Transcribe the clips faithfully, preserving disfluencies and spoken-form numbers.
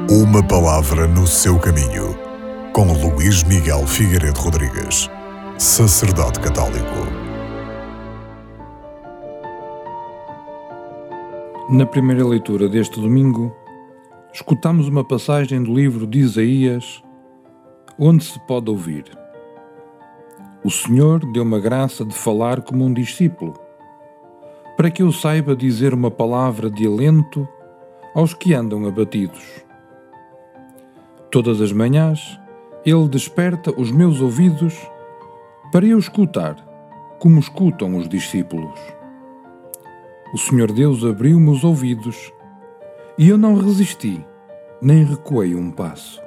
Uma palavra no seu caminho, com Luís Miguel Figueiredo Rodrigues, sacerdote católico. Na primeira leitura deste domingo, escutamos uma passagem do livro de Isaías, onde se pode ouvir: O Senhor deu-me a graça de falar como um discípulo, para que eu saiba dizer uma palavra de alento aos que andam abatidos. Todas as manhãs, Ele desperta os meus ouvidos para eu escutar, como escutam os discípulos. O Senhor Deus abriu-me os ouvidos e eu não resisti, nem recuei um passo.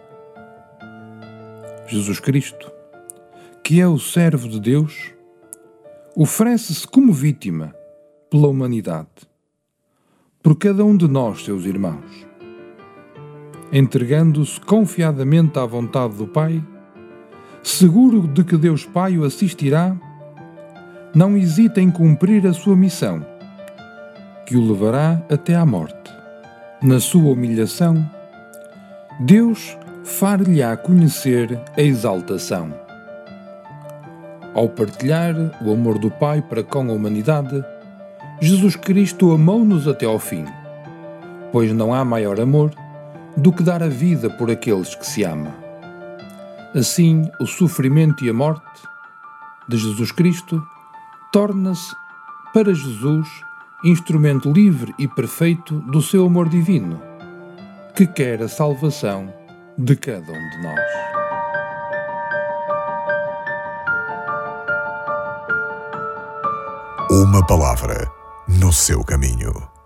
Jesus Cristo, que é o servo de Deus, oferece-se como vítima pela humanidade, por cada um de nós, seus irmãos. Entregando-se confiadamente à vontade do Pai, seguro de que Deus Pai o assistirá, não hesita em cumprir a sua missão, que o levará até à morte. Na sua humilhação, Deus far-lhe-á conhecer a exaltação. Ao partilhar o amor do Pai para com a humanidade, Jesus Cristo amou-nos até ao fim, pois não há maior amor do que dar a vida por aqueles que se ama. Assim, o sofrimento e a morte de Jesus Cristo torna-se para Jesus instrumento livre e perfeito do seu amor divino, que quer a salvação de cada um de nós. Uma palavra no seu caminho.